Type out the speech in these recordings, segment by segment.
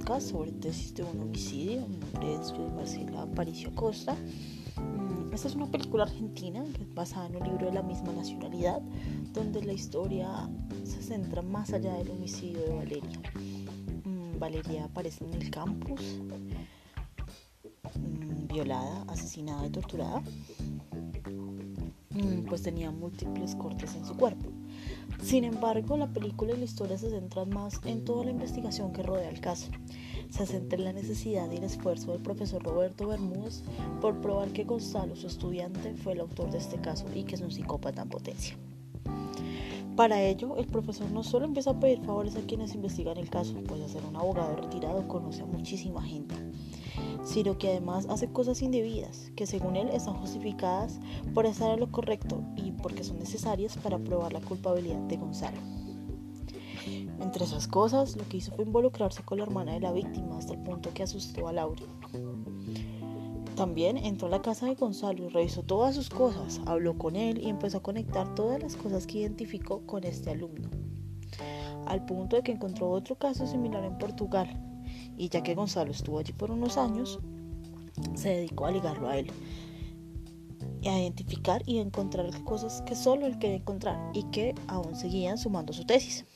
podcast sobre tesis de un homicidio. Mi nombre es Marcela Aparicio Acosta. Esta es una película argentina que es basada en un libro de la misma nacionalidad, donde la historia se centra más allá del homicidio de Valeria. Valeria aparece en el campus, violada, asesinada y torturada, pues tenía múltiples cortes en su cuerpo. Sin embargo, la película y la historia se centran más en toda la investigación que rodea el caso. Se centra en la necesidad y el esfuerzo del profesor Roberto Bermúdez por probar que Gonzalo, su estudiante, fue el autor de este caso y que es un psicópata en potencia. Para ello, el profesor no solo empieza a pedir favores a quienes investigan el caso, pues a ser un abogado retirado conoce a muchísima gente, sino que además hace cosas indebidas, que según él están justificadas por estar en lo correcto y porque son necesarias para probar la culpabilidad de Gonzalo. Entre esas cosas, lo que hizo fue involucrarse con la hermana de la víctima hasta el punto que asustó a Laura. También entró a la casa de Gonzalo y revisó todas sus cosas, habló con él y empezó a conectar todas las cosas que identificó con este alumno, al punto de que encontró otro caso similar en Portugal, y ya que Gonzalo estuvo allí por unos años, se dedicó a ligarlo a él, y a identificar y encontrar cosas que solo él quería encontrar y que aún seguían sumando su tesis.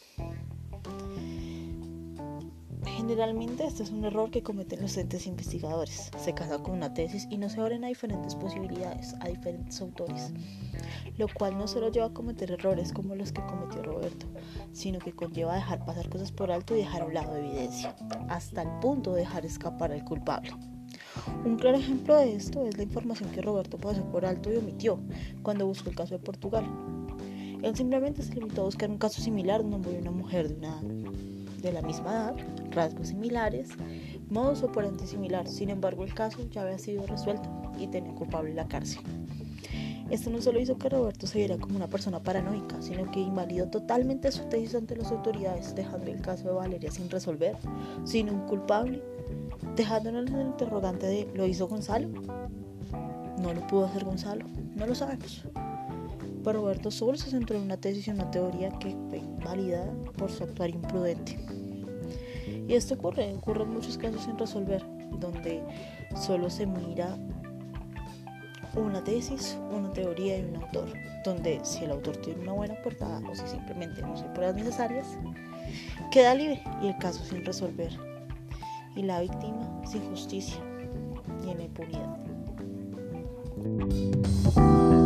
Generalmente este es un error que cometen los entes investigadores. Se casan con una tesis y no se abren a diferentes posibilidades, a diferentes autores, lo cual no solo lleva a cometer errores como los que cometió Roberto, sino que conlleva a dejar pasar cosas por alto y dejar a un lado evidencia, hasta el punto de dejar escapar al culpable. Un claro ejemplo de esto es la información que Roberto pasó por alto y omitió cuando buscó el caso de Portugal. Él simplemente se limitó a buscar un caso similar, un hombre y una mujer de la misma edad, rasgos similares, modus operandi similar. Sin embargo, el caso ya había sido resuelto y tenía culpable en la cárcel. Esto no solo hizo que Roberto se viera como una persona paranoica, sino que invalidó totalmente su tesis ante las autoridades, dejando el caso de Valeria sin resolver, sin un culpable, dejándonos en el interrogante de ¿lo hizo Gonzalo? ¿No lo pudo hacer Gonzalo? No lo sabemos. Pero Roberto solo se centró en una tesis y una teoría que fue invalidada por su actuar imprudente. Y esto ocurre en muchos casos sin resolver, donde solo se mira una tesis, una teoría y un autor, donde si el autor tiene una buena portada o si simplemente no hay pruebas necesarias, queda libre y el caso sin resolver, y la víctima sin justicia y en la impunidad.